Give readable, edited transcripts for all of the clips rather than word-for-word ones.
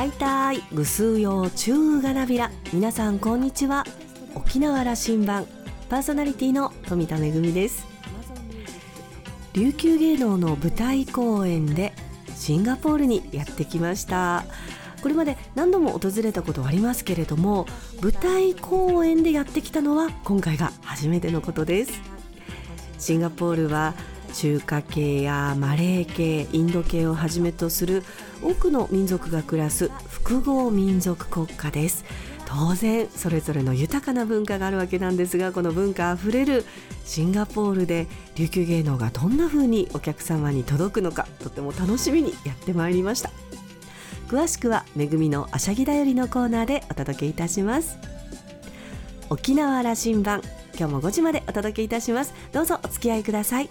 はいたいぐすうようちゅうがなびら。皆さんこんにちは。沖縄羅針盤パーソナリティの富田恵です。琉球芸能の舞台公演でシンガポールにやってきました。これまで何度も訪れたことはありますけれども、舞台公演でやってきたのは今回が初めてのことです。シンガポールは中華系やマレー系、インド系をはじめとする多くの民族が暮らす複合民族国家です。当然それぞれの豊かな文化があるわけなんですが、この文化あふれるシンガポールで琉球芸能がどんな風にお客様に届くのか、とても楽しみにやってまいりました。詳しくはめぐみのあしゃぎだよりのコーナーでお届けいたします。沖縄羅針盤、今日も5時までお届けいたします。どうぞお付き合いください。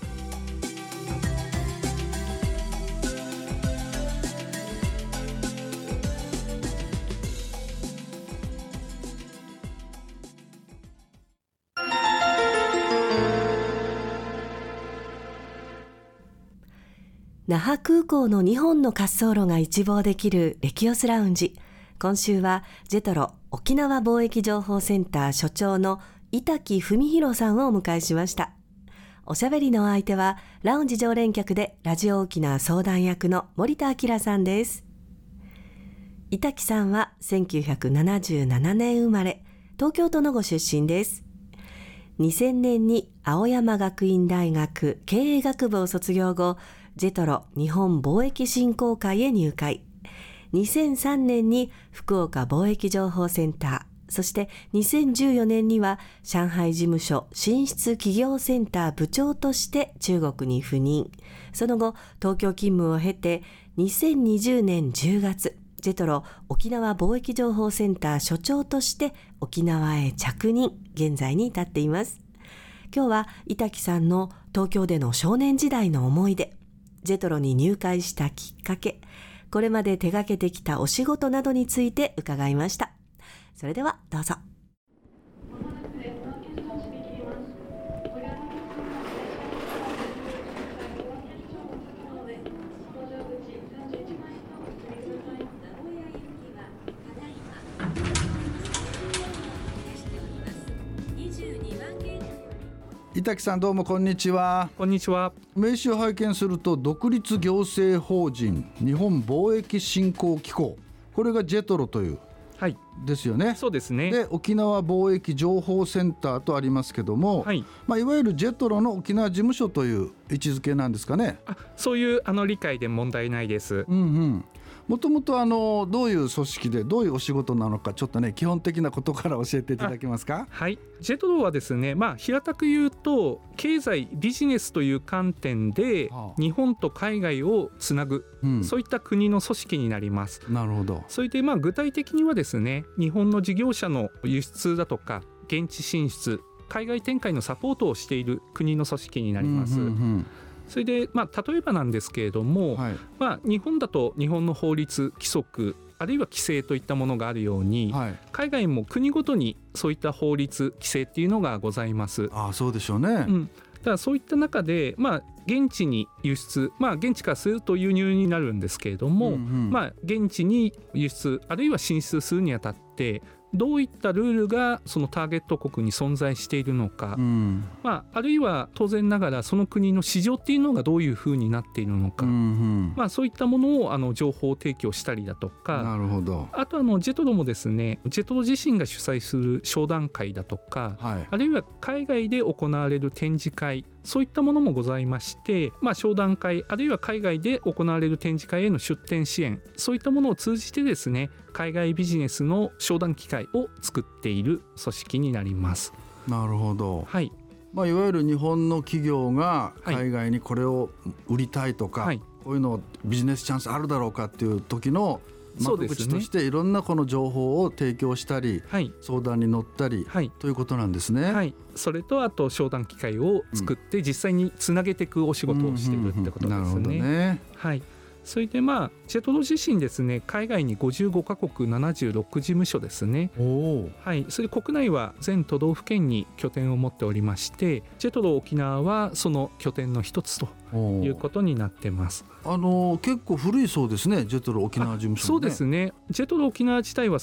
那覇空港の2本の滑走路が一望できるレキオスラウンジ。今週はジェトロ沖縄貿易情報センター所長の板木文弘さんをお迎えしました。おしゃべりの相手はラウンジ常連客でラジオ沖縄相談役の森田明さんです。板木さんは1977年生まれ、東京都のご出身です。2000年に青山学院大学経営学部を卒業後、ジェトロ日本貿易振興会へ入会。2003年に福岡貿易情報センター、そして2014年には上海事務所進出企業センター部長として中国に赴任。その後東京勤務を経て2020年10月ジェトロ沖縄貿易情報センター所長として沖縄へ着任、現在に至っています。今日は板木さんの東京での少年時代の思い出、ジェトロに入会したきっかけ、これまで手掛けてきたお仕事などについて伺いました。それではどうぞ。 板木さん、どうもこんにちは。 こんにちは。 名刺を拝見すると、独立行政法人日本貿易振興機構、これがジェトロという、 はい、 ですよね。 そうですね。 で、沖縄貿易情報センターとありますけども、はい、いわゆるジェトロの沖縄事務所という位置づけなんですかね。 そういう理解で問題ないです。 もともとどういう組織でどういうお仕事なのか、ちょっとね基本的なことから教えていただけますか。 はい、ジェトロはですね、平たく言うと経済ビジネスという観点で日本と海外をつなぐ、そういった国の組織になります。 なるほど。 それで具体的にはですね、日本の事業者の輸出だとか現地進出、海外展開のサポートをしている国の組織になります。それで、例えばなんですけれども、日本だと日本の法律規則あるいは規制といったものがあるように、海外も国ごとにそういった法律規制っていうのがございます。 そうでしょうね。 だからそういった中で、現地に輸出、現地からすると輸入になるんですけれども、現地に輸出あるいは進出するにあたってどういったルールがそのターゲット国に存在しているのか、あるいは当然ながらその国の市場っていうのがどういうふうになっているのか、そういったものを情報提供したりだとか。 なるほど。 あとジェトロもですね、ジェトロ自身が主催する商談会だとか、あるいは海外で行われる展示会、そういったものもございまして、商談会あるいは海外で行われる展示会への出展支援、そういったものを通じてですね、海外ビジネスの商談機会を作っている組織になります。 なるほど。 はい。 いわゆる日本の企業が海外にこれを売りたいとか、こういうのビジネスチャンスあるだろうかっていう時の窓口としていろんなこの情報を提供したり、相談に乗ったり、ということなんですね。 それとあと商談機会を作って実際につなげていくお仕事をしているってことですね。 なるほどね。 それでジェトロ自身ですね、海外に55カ国76事務所ですね。はい、それ国内は全都道府県に拠点を持っておりまして、ジェトロ沖縄はその拠点の一つということになってます。 結構古いそうですね、ジェトロ沖縄事務所、ね、 そうですね。ジェトロ沖縄自体は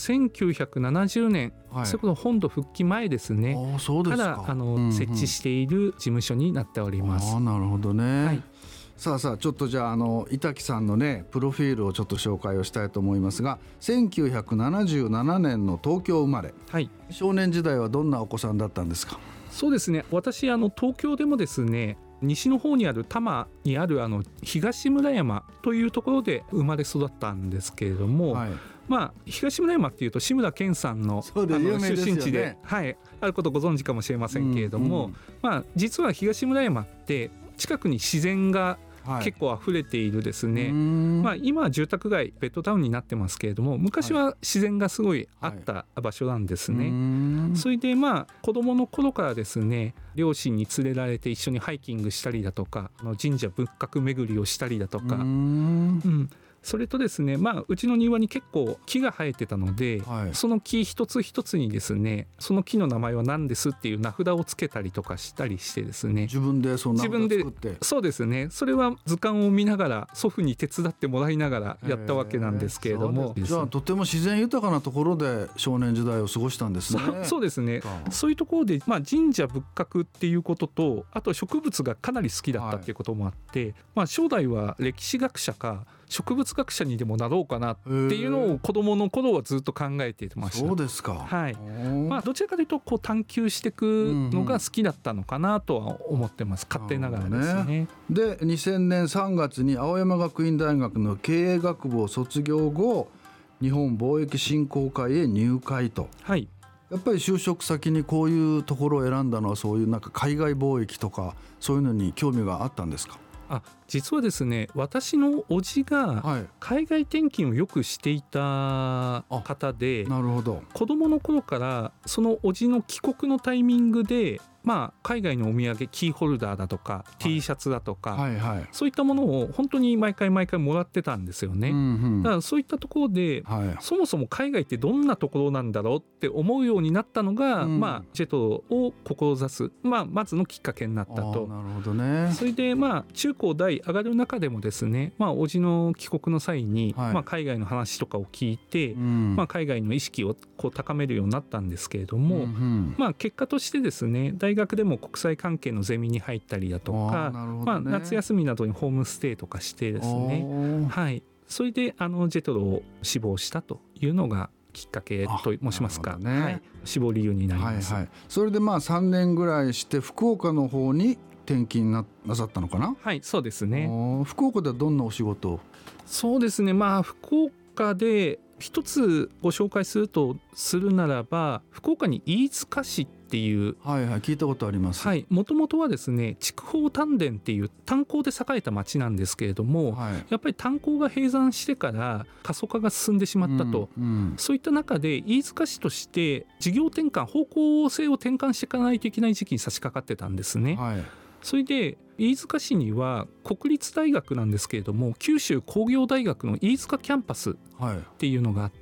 1970年、それこそ本土復帰前ですね。 そうですか。 から設置している事務所になっております。 なるほどね、はい。さあちょっとじゃあ板木さんのねプロフィールをちょっと紹介をしたいと思いますが、1977年の東京生まれ、はい、少年時代はどんなお子さんだったんですか？ そうですね、私東京でもですね、西の方にある多摩にある東村山というところで生まれ育ったんですけれども、はい、東村山っていうと志村けんさんの、出身地で、はい、あることご存知かもしれませんけれども、実は東村山って近くに自然が結構溢れているですね、今は住宅街ベッドタウンになってますけれども、昔は自然がすごいあった場所なんですね。それで子供の頃からですね、両親に連れられて一緒にハイキングしたりだとか、神社仏閣巡りをしたりだとか、それとですね、うちの庭に結構木が生えてたので、その木一つ一つにですね、その木の名前は何ですっていう名札をつけたりとかしたりしてですね、 自分でそんなの作って。 そうですね、それは図鑑を見ながら祖父に手伝ってもらいながらやったわけなんですけれども、 じゃあとても自然豊かなところで少年時代を過ごしたんですね。 そうですね。そういうところで、神社仏閣っていうことと、あと植物がかなり好きだったっていうこともあって、将来は歴史学者か植物学者にでもなろうかなっていうのを子どもの頃はずっと考えていました。 そうですか。 はい。どちらかというと探求していくのが好きだったのかなとは思ってます。勝手ながらですね。 で2000年3月に青山学院大学の経営学部を卒業後、日本貿易振興会へ入会と。はい。やっぱり就職先にこういうところを選んだのは、そういう海外貿易とかそういうのに興味があったんですか？ 実はですね、私の叔父が海外転勤をよくしていた方で、なるほど。子供の頃からその叔父の帰国のタイミングで、海外のお土産キーホルダーだとか T シャツだとか、そういったものを本当に毎回もらってたんですよね。だからそういったところで、そもそも海外ってどんなところなんだろうって思うようになったのが、ジェトロを志す、まずのきっかけになったと。 なるほどね。 それで中高大上がる中でもですね、叔父の帰国の際に、海外の話とかを聞いて、海外の意識を高めるようになったんですけれども、結果としてですね、大学でも国際関係のゼミに入ったりだとか、夏休みなどにホームステイとかしてですね、はい、それでジェトロを志望したというのがきっかけと申しますか、はい、志望理由になります。 それで3年ぐらいして福岡の方に転勤なさったのかな？ はい、そうですね。 福岡ではどんなお仕事を？ そうですね、福岡で一つご紹介するならば、福岡に飯塚市っていう、 聞いたことあります。 もともとはですね、筑豊炭田っていう炭鉱で栄えた町なんですけれども、やっぱり炭鉱が閉山してから過疎化が進んでしまったと、そういった中で飯塚市として事業転換、方向性を転換していかないといけない時期に差し掛かってたんですね。それで飯塚市には国立大学なんですけれども、九州工業大学の飯塚キャンパスっていうのがあって、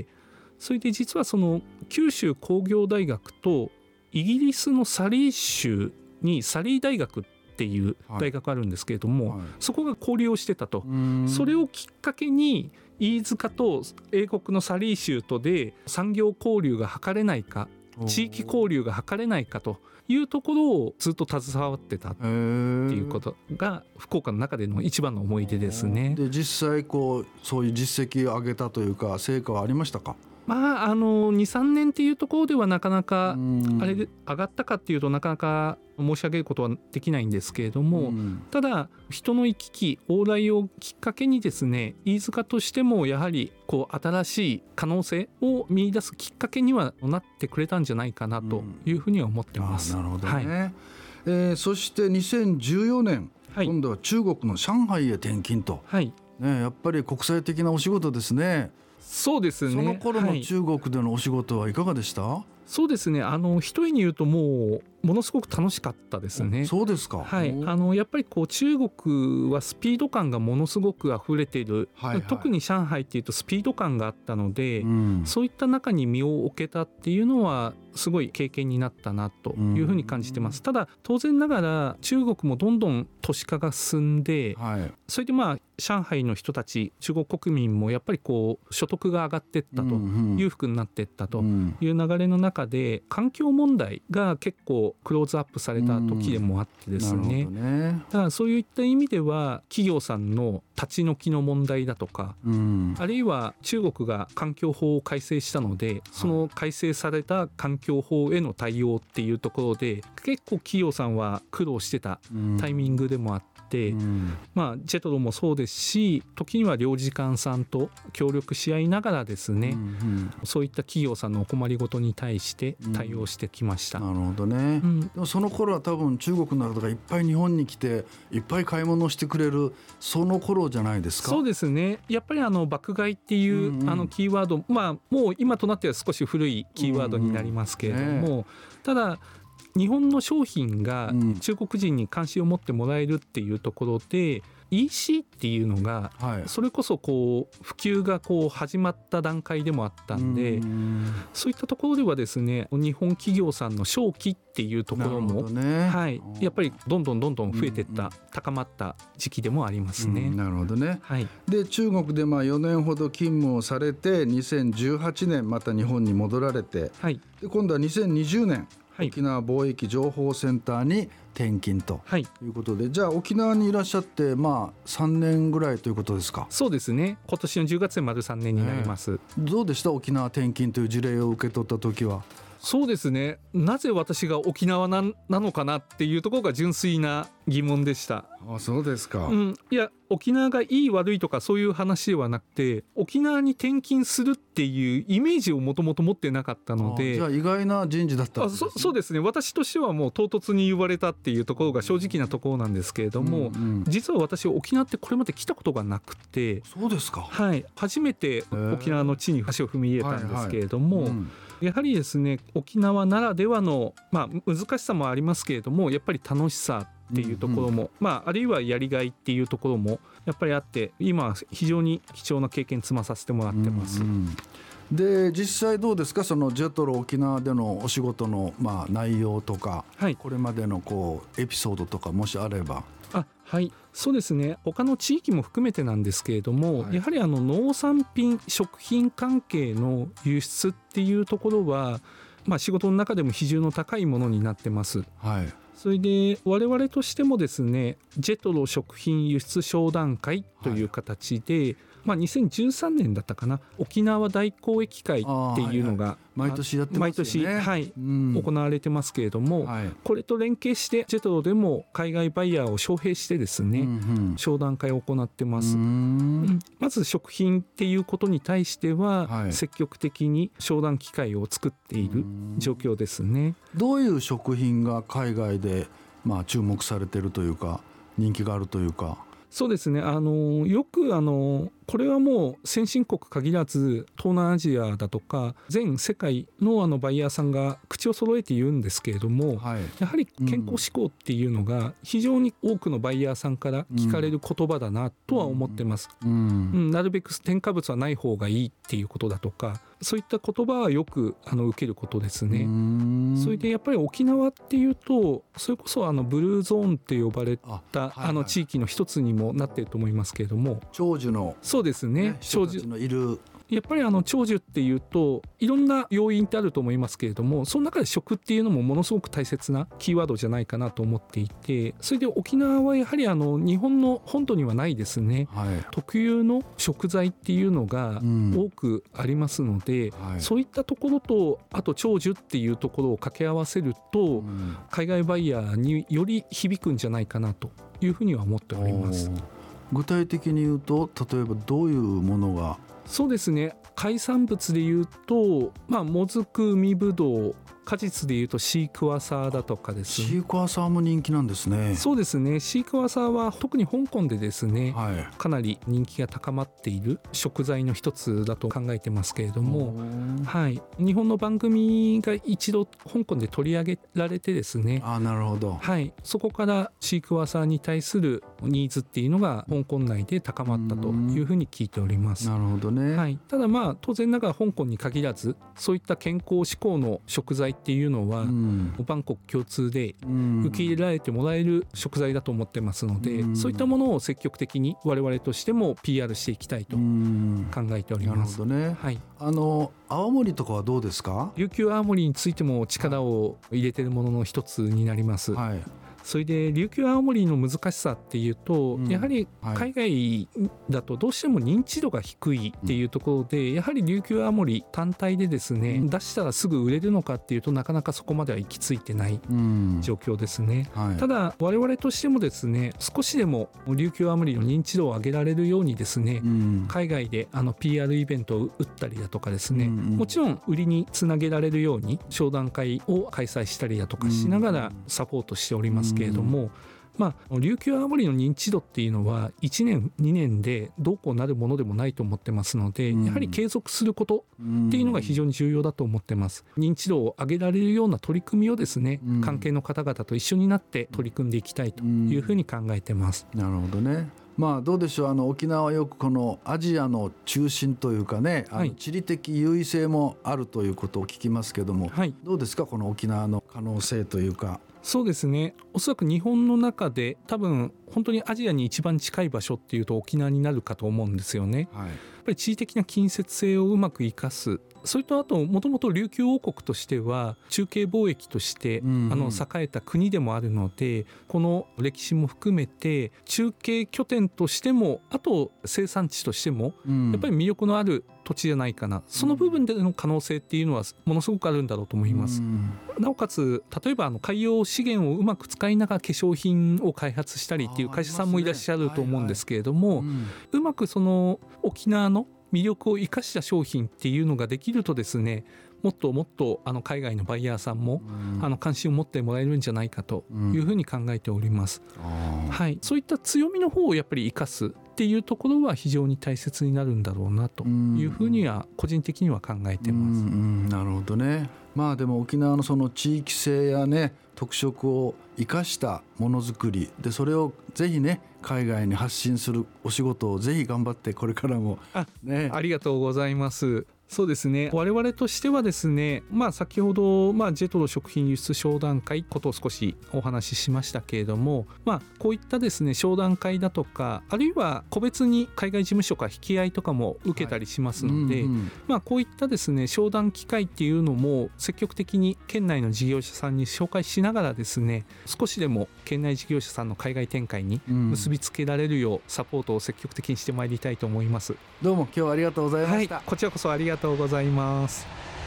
それで実はその九州工業大学とイギリスのサリー州にサリー大学っていう大学あるんですけれども、そこが交流をしてたと。それをきっかけに飯塚と英国のサリー州とで産業交流が図れないか、地域交流が図れないかというところをずっと携わってたっていうことが福岡の中での一番の思い出ですね。 で実際そういう実績を上げたというか成果はありましたか ？2、3年っていうところではなかなかあれで上がったかっていうとなかなか申し上げることはできないんですけれども、ただ人の行き来往来をきっかけにですね、飯塚としてもやはり新しい可能性を見出すきっかけにはなってくれたんじゃないかなというふうには思ってます。 なるほどね。そして2014年、今度は中国の上海へ転勤と、やっぱり国際的なお仕事ですね。 そうですね。 その頃の中国でのお仕事はいかがでした？ そうですね、一重に言うとものすごく楽しかったですね。 そうですか。 はい、やっぱり中国はスピード感がものすごく溢れている、はいはい、特に上海っていうとスピード感があったので、そういった中に身を置けたっていうのはすごい経験になったなというふうに感じてます。ただ当然ながら中国もどんどん都市化が進んで、はい、それで上海の人たち、中国国民もやっぱり所得が上がっていったと、裕福になっていったという流れの中で、環境問題が結構クローズアップされた時でもあってですね、だからそういった意味では企業さんの立ち退きの問題だとか、あるいは中国が環境法を改正したので、その改正された環境法への対応っていうところで結構企業さんは苦労してたタイミングでもあって、ジェトロもそうですし、時には領事館さんと協力し合いながらですね、そういった企業さんのお困りごとに対して対応してきました。 なるほどね、でもその頃は多分中国の方がいっぱい日本に来ていっぱい買い物をしてくれるその頃じゃないですか。 そうですね、やっぱり爆買いっていう、キーワード、もう今となっては少し古いキーワードになりますけれども、ただ日本の商品が中国人に関心を持ってもらえるっていうところで、EC っていうのがそれこそ普及が始まった段階でもあったんで、そういったところではですね、日本企業さんの商機っていうところも、はい、やっぱりどんどん増えていった、高まった時期でもありますね。 なるほどね、 はい、 で中国で4年ほど勤務をされて、2018年また日本に戻られて、はい、で今度は2020年沖縄貿易情報センターに転勤ということで、じゃあ沖縄にいらっしゃって3年ぐらいということですか。 そうですね、今年の10月で丸3年になります。 どうでした、沖縄転勤という事例を受け取った時は。 そうですね、なぜ私が沖縄 なのかなっていうところが純粋な疑問でした。 あ、そうですか。 いや、沖縄がいい悪いとかそういう話ではなくて、沖縄に転勤するっていうイメージをもともと持ってなかったので。 じゃあ意外な人事だったんですね。 そうですね、私としてはもう唐突に言われたっていうところが正直なところなんですけれども、実は私沖縄ってこれまで来たことがなくて。 そうですか。 はい、初めて沖縄の地に足を踏み入れたんですけれども、やはりですね、沖縄ならではの、難しさもありますけれども、やっぱり楽しさっていうところも、あるいはやりがいっていうところもやっぱりあって、今は非常に貴重な経験積まさせてもらってます。 で実際どうですか、そのジェトロ沖縄でのお仕事の内容とか、これまでのエピソードとかもしあれば。 はい、そうですね、他の地域も含めてなんですけれども、やはり農産品食品関係の輸出っていうところは、仕事の中でも比重の高いものになってます。それで我々としてもですね、ジェトロ食品輸出商談会という形で、2013年だったかな、沖縄大交易会っていうのが毎年やってますよね。 行われてますけれども、これと連携してジェトロでも海外バイヤーを招聘してですね、商談会を行ってます。まず食品っていうことに対しては、積極的に商談機会を作っている状況ですね。 どういう食品が海外で注目されているというか、人気があるというか。 そうですね、よくこれはもう先進国限らず東南アジアだとか全世界のバイヤーさんが口を揃えて言うんですけれども、やはり健康志向っていうのが非常に多くのバイヤーさんから聞かれる言葉だなとは思ってます。なるべく添加物はない方がいいっていうことだとか、そういった言葉はよく受けることですね。それでやっぱり沖縄っていうと、それこそブルーゾーンって呼ばれた地域の一つにもなっていると思いますけれども、 長寿のそうですね、 人たちのいる、 やっぱり長寿っていうといろんな要因ってあると思いますけれども、その中で食っていうのもものすごく大切なキーワードじゃないかなと思っていて、それで沖縄はやはり日本の本土にはないですね、特有の食材っていうのが多くありますので、そういったところとあと長寿っていうところを掛け合わせると、海外バイヤーにより響くんじゃないかなというふうには思っております。 具体的に言うと、例えばどういうものが。 そうですね、海産物でいうと、もずく、海ぶどう、 果実でいうとシークワーサーだとかですね。 シークワーサーも人気なんですね。 そうですね、シークワーサーは特に香港でですね、かなり人気が高まっている食材の一つだと考えてますけれども、日本の番組が一度香港で取り上げられてですね、 なるほど、 そこからシークワーサーに対するニーズっていうのが香港内で高まったというふうに聞いております。 なるほどね。 ただ当然ながら香港に限らずそういった健康志向の食材っていうのは、バンコク共通で受け入れられてもらえる食材だと思ってますので、そういったものを積極的に我々としても PR していきたいと考えております。 なるほどね。青森とかはどうですか？ 琉球青森についても力を入れているものの一つになります。それで琉球青森の難しさっていうと、やはり海外だとどうしても認知度が低いっていうところで、やはり琉球青森単体でですね、出したらすぐ売れるのかっていうとなかなかそこまでは行き着いてない状況ですね。ただ我々としてもですね、少しでも琉球青森の認知度を上げられるようにですね、海外でPR イベントを打ったりだとかですね、もちろん売りにつなげられるように商談会を開催したりだとかしながらサポートしておりますけれども、琉球青森の認知度っていうのは1年2年でどうこうなるものでもないと思ってますので、やはり継続することっていうのが非常に重要だと思ってます。認知度を上げられるような取り組みをですね、関係の方々と一緒になって取り組んでいきたいというふうに考えてます。 なるほどね。どうでしょう、沖縄はよくこのアジアの中心というかね、地理的優位性もあるということを聞きますけども、どうですかこの沖縄の可能性というか。 そうですね、おそらく日本の中で多分本当にアジアに一番近い場所っていうと沖縄になるかと思うんですよね。やっぱり地理的な近接性をうまく生かす、それとあともともと琉球王国としては中継貿易として栄えた国でもあるので、この歴史も含めて中継拠点としても、あと生産地としてもやっぱり魅力のある土地じゃないかな、その部分での可能性っていうのはものすごくあるんだろうと思います。なおかつ例えば海洋資源をうまく使いながら化粧品を開発したりっていう会社さんもいらっしゃると思うんですけれども、うまくその沖縄の魅力を生かした商品っていうのができるとですね、もっともっと海外のバイヤーさんも関心を持ってもらえるんじゃないかというふうに考えております。そういった強みの方をやっぱり生かすっていうところは非常に大切になるんだろうなというふうには個人的には考えてます。 なるほどね。でも沖縄のその地域性やね、特色を生かしたものづくりで、それをぜひね海外に発信するお仕事をぜひ頑張ってこれからもね。 ありがとうございます。そうですね、我々としてはですね、先ほど、ジェトロ食品輸出商談会ことを少しお話ししましたけれども、こういったですね商談会だとか、あるいは個別に海外事務所から引き合いとかも受けたりしますので、こういったですね商談機会っていうのも積極的に県内の事業者さんに紹介しながらですね、少しでも県内事業者さんの海外展開に結びつけられるようサポートを積極的にしてまいりたいと思います。 どうも今日はありがとうございました。 こちらこそありがとうございます。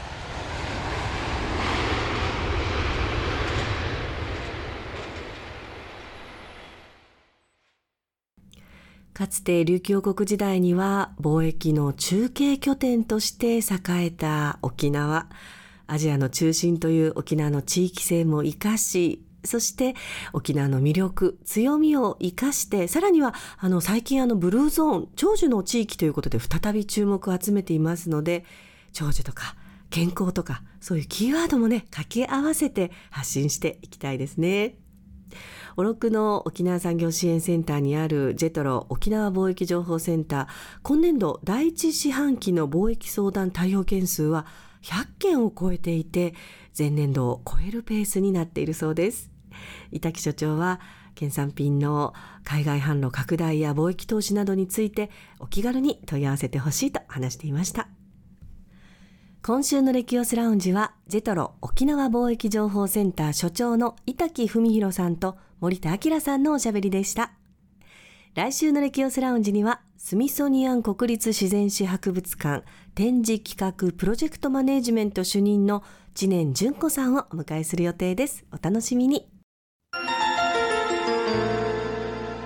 かつて琉球王国時代には貿易の中継拠点として栄えた沖縄。アジアの中心という沖縄の地域性も生かし、そして沖縄の魅力、強みを生かして、さらには最近ブルーゾーン、長寿の地域ということで再び注目を集めていますので、長寿とか健康とかそういうキーワードもね掛け合わせて発信していきたいですね。小禄の沖縄産業支援センターにあるジェトロ沖縄貿易情報センター、今年度第一四半期の貿易相談対応件数は100件を超えていて、前年度を超えるペースになっているそうです。伊滝所長は県産品の海外販路拡大や貿易投資などについてお気軽に問い合わせてほしいと話していました。今週のレキオスラウンジはジェトロ沖縄貿易情報センター所長の伊滝文弘さんと森田明さんのおしゃべりでした。来週のレキオスラウンジにはスミソニアン国立自然史博物館展示企画プロジェクトマネジメント主任の知念純子さんをお迎えする予定です。お楽しみに。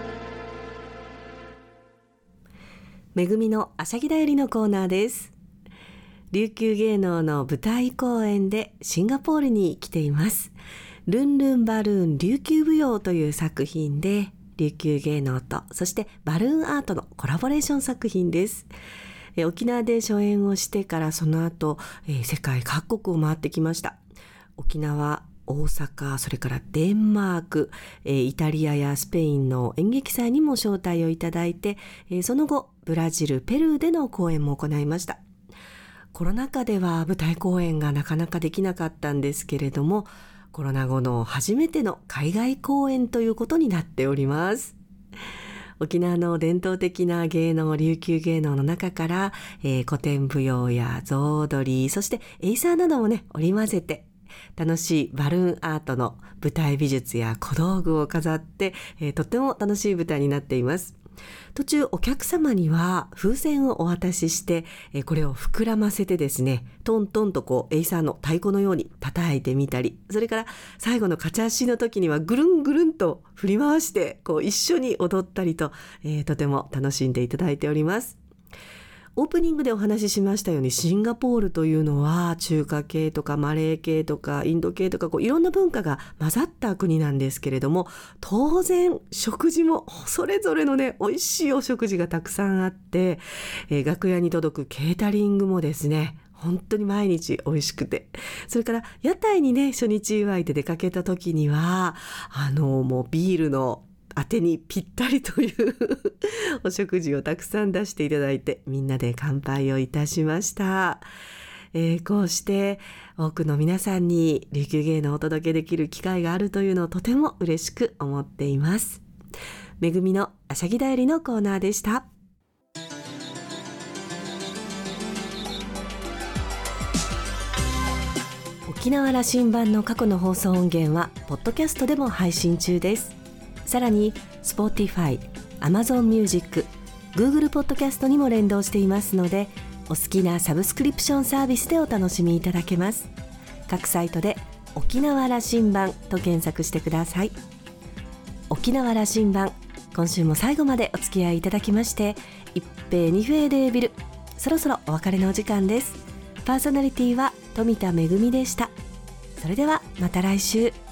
めぐみのあしゃぎだよりのコーナーです。 琉球芸能の舞台公演でシンガポールに来ています。ルンルンバルーン琉球舞踊という作品で、琉球芸能とそしてバルーンアートのコラボレーション作品です。沖縄で初演をしてからその後、世界各国を回ってきました。沖縄、大阪、それからデンマーク、イタリアやスペインの演劇祭にも招待をいただいて、その後ブラジル、ペルーでの公演も行いました。コロナ禍では舞台公演がなかなかできなかったんですけれども、コロナ後の初めての海外公演ということになっております。沖縄の伝統的な芸能、琉球芸能の中から、古典舞踊や象踊り、そしてエイサーなどもね織り交ぜて、楽しいバルーンアートの舞台美術や小道具を飾って、とっても楽しい舞台になっています。途中お客様には風船をお渡しして、これを膨らませてですね、トントンとエイサーの太鼓のように叩いてみたり、それから最後のカチャーシーの時にはぐるんぐるんと振り回して一緒に踊ったりと、とても楽しんでいただいております。オープニングでお話ししましたように、シンガポールというのは中華系とかマレー系とかインド系とかいろんな文化が混ざった国なんですけれども、当然食事もそれぞれのね美味しいお食事がたくさんあって、楽屋に届くケータリングもですね本当に毎日美味しくて、それから屋台にね初日祝いで出かけた時にはもうビールの当てにぴったりというお食事をたくさん出していただいて、みんなで乾杯をいたしました。こうして多くの皆さんに琉球芸能をお届けできる機会があるというのをとても嬉しく思っています。めぐみのあしゃぎだよりのコーナーでした。沖縄羅針盤の過去の放送音源はポッドキャストでも配信中です。さらに Spotify、Amazon Music、Google ポッドキャストにも連動していますので、お好きなサブスクリプションサービスでお楽しみいただけます。各サイトで沖縄羅針盤と検索してください。沖縄羅針盤、今週も最後までお付き合いいただきまして一平二平デービル、そろそろお別れのお時間です。パーソナリティは富田恵でした。それではまた来週。